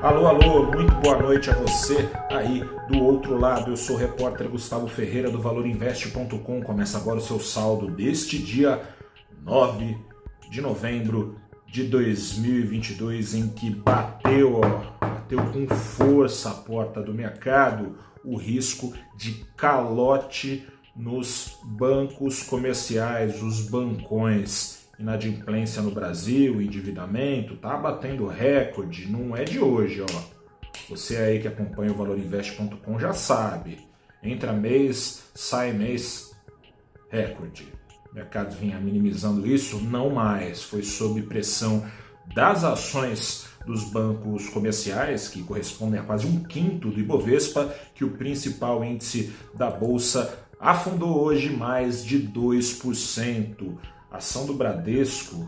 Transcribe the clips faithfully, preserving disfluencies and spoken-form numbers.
Alô, alô, muito boa noite a você aí do outro lado. Eu sou o repórter Gustavo Ferreira do valor investe ponto com. Começa agora o seu saldo deste dia nove de novembro de dois mil e vinte e dois, em que bateu, ó, bateu com força a porta do mercado o risco de calote nos bancos comerciais, os bancões. Inadimplência no Brasil, endividamento, tá batendo recorde, não é de hoje, ó. Você aí que acompanha o valor investe ponto com já sabe. Entra mês, sai mês, recorde. O mercado vinha minimizando isso, não mais. Foi sob pressão das ações dos bancos comerciais, que correspondem a quase um quinto do Ibovespa, que o principal índice da Bolsa afundou hoje mais de dois por cento. A ação do Bradesco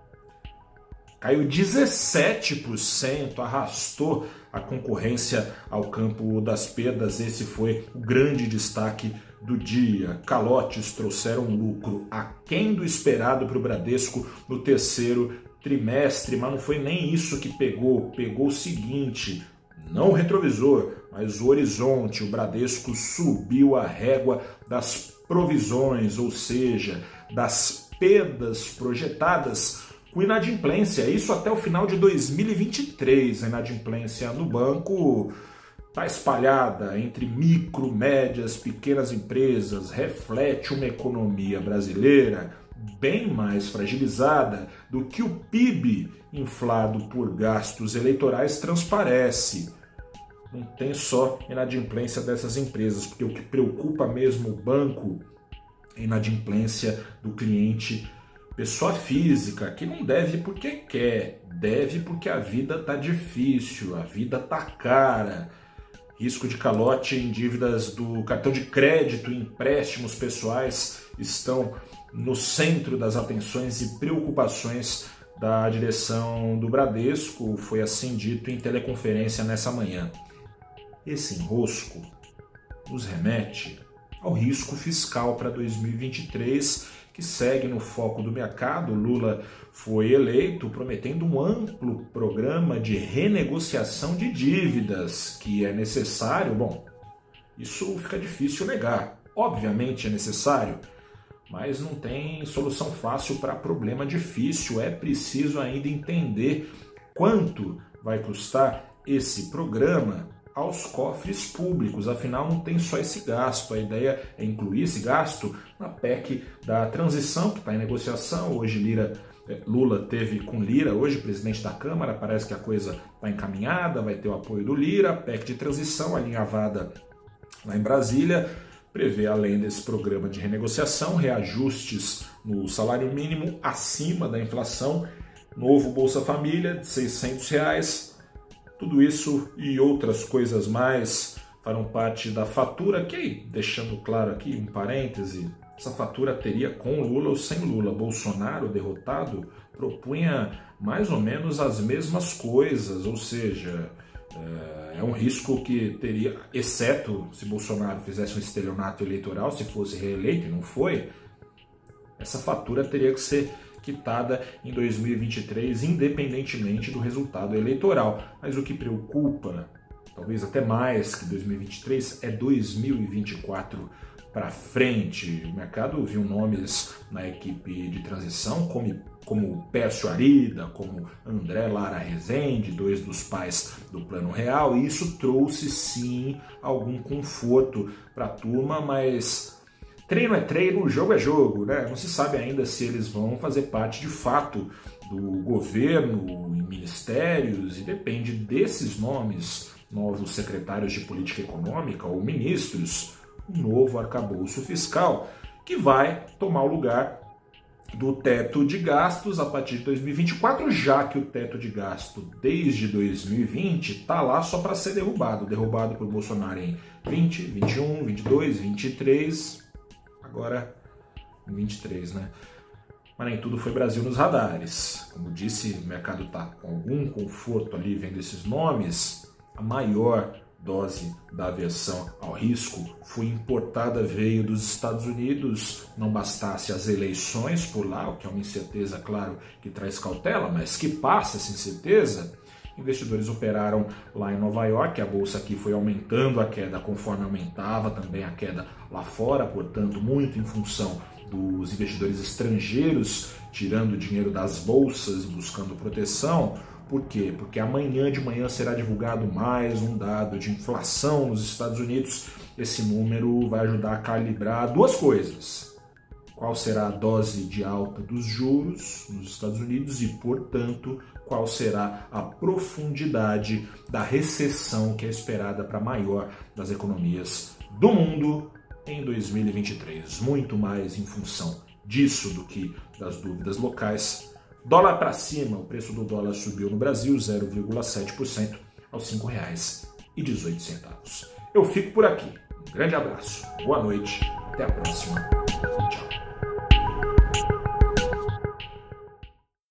caiu dezessete por cento, arrastou a concorrência ao campo das perdas. Esse foi o grande destaque do dia. Calotes trouxeram lucro aquém do esperado para o Bradesco no terceiro trimestre, mas não foi nem isso que pegou. Pegou o seguinte, não o retrovisor, mas o horizonte. O Bradesco subiu a régua das provisões, ou seja, das perdas projetadas com inadimplência, isso até o final de dois mil e vinte e três. A inadimplência no banco está espalhada entre micro, médias, pequenas empresas, reflete uma economia brasileira bem mais fragilizada do que o P I B inflado por gastos eleitorais transparece. Não tem só inadimplência dessas empresas, porque o que preocupa mesmo o banco é a inadimplência do cliente pessoa física, que não deve porque quer, deve porque a vida está difícil, a vida está cara. Risco de calote em dívidas do cartão de crédito e empréstimos pessoais estão no centro das atenções e preocupações da direção do Bradesco, foi assim dito em teleconferência nessa manhã. Esse enrosco nos remete ao risco fiscal para dois mil e vinte e três, que segue no foco do mercado. Lula foi eleito prometendo um amplo programa de renegociação de dívidas, que é necessário. Bom, isso fica difícil negar. Obviamente é necessário, mas não tem solução fácil para problema difícil. É preciso ainda entender quanto vai custar esse programa aos cofres públicos. Afinal, não tem só esse gasto. A ideia é incluir esse gasto na P E C da transição, que está em negociação. Hoje Lira, Lula teve com Lira, hoje presidente da Câmara, parece que a coisa está encaminhada, vai ter o apoio do Lira. A P E C de transição, alinhavada lá em Brasília, prevê, além desse programa de renegociação, reajustes no salário mínimo acima da inflação, novo Bolsa Família de seiscentos reais. Tudo isso e outras coisas mais farão parte da fatura, que, deixando claro aqui um parêntese, essa fatura teria com Lula ou sem Lula. Bolsonaro, derrotado, propunha mais ou menos as mesmas coisas, ou seja, é um risco que teria, exceto se Bolsonaro fizesse um estelionato eleitoral, se fosse reeleito e não foi, essa fatura teria que ser quitada em dois mil e vinte e três, independentemente do resultado eleitoral. Mas o que preocupa, talvez até mais que dois mil e vinte e três, é dois mil e vinte e quatro para frente. O mercado viu nomes na equipe de transição como, como Pércio Arida, como André Lara Rezende, dois dos pais do Plano Real, e isso trouxe sim algum conforto para a turma, mas treino é treino, jogo é jogo, né? Não se sabe ainda se eles vão fazer parte de fato do governo, em ministérios, e depende desses nomes, novos secretários de política econômica ou ministros, um novo arcabouço fiscal que vai tomar o lugar do teto de gastos a partir de dois mil e vinte e quatro, já que o teto de gasto desde dois mil e vinte está lá só para ser derrubado, derrubado por Bolsonaro em vinte, vinte e um, vinte e dois, vinte e três... agora em vinte e três, né? Mas nem tudo foi Brasil nos radares. Como disse, o mercado está com algum conforto ali vendo esses nomes. A maior dose da aversão ao risco foi importada, veio dos Estados Unidos. Não bastasse as eleições por lá, o que é uma incerteza, claro, que traz cautela, mas que passa essa incerteza. Investidores operaram lá em Nova York, a bolsa aqui foi aumentando a queda conforme aumentava também a queda lá fora, portanto, muito em função dos investidores estrangeiros tirando dinheiro das bolsas e buscando proteção. Por quê? Porque amanhã de manhã será divulgado mais um dado de inflação nos Estados Unidos. Esse número vai ajudar a calibrar duas coisas: qual será a dose de alta dos juros nos Estados Unidos e, portanto, qual será a profundidade da recessão que é esperada para a maior das economias do mundo em dois mil e vinte e três. Muito mais em função disso do que das dúvidas locais. Dólar para cima, o preço do dólar subiu no Brasil zero vírgula sete por cento aos cinco reais e dezoito centavos. Eu fico por aqui. Um grande abraço, boa noite, até a próxima. Tchau.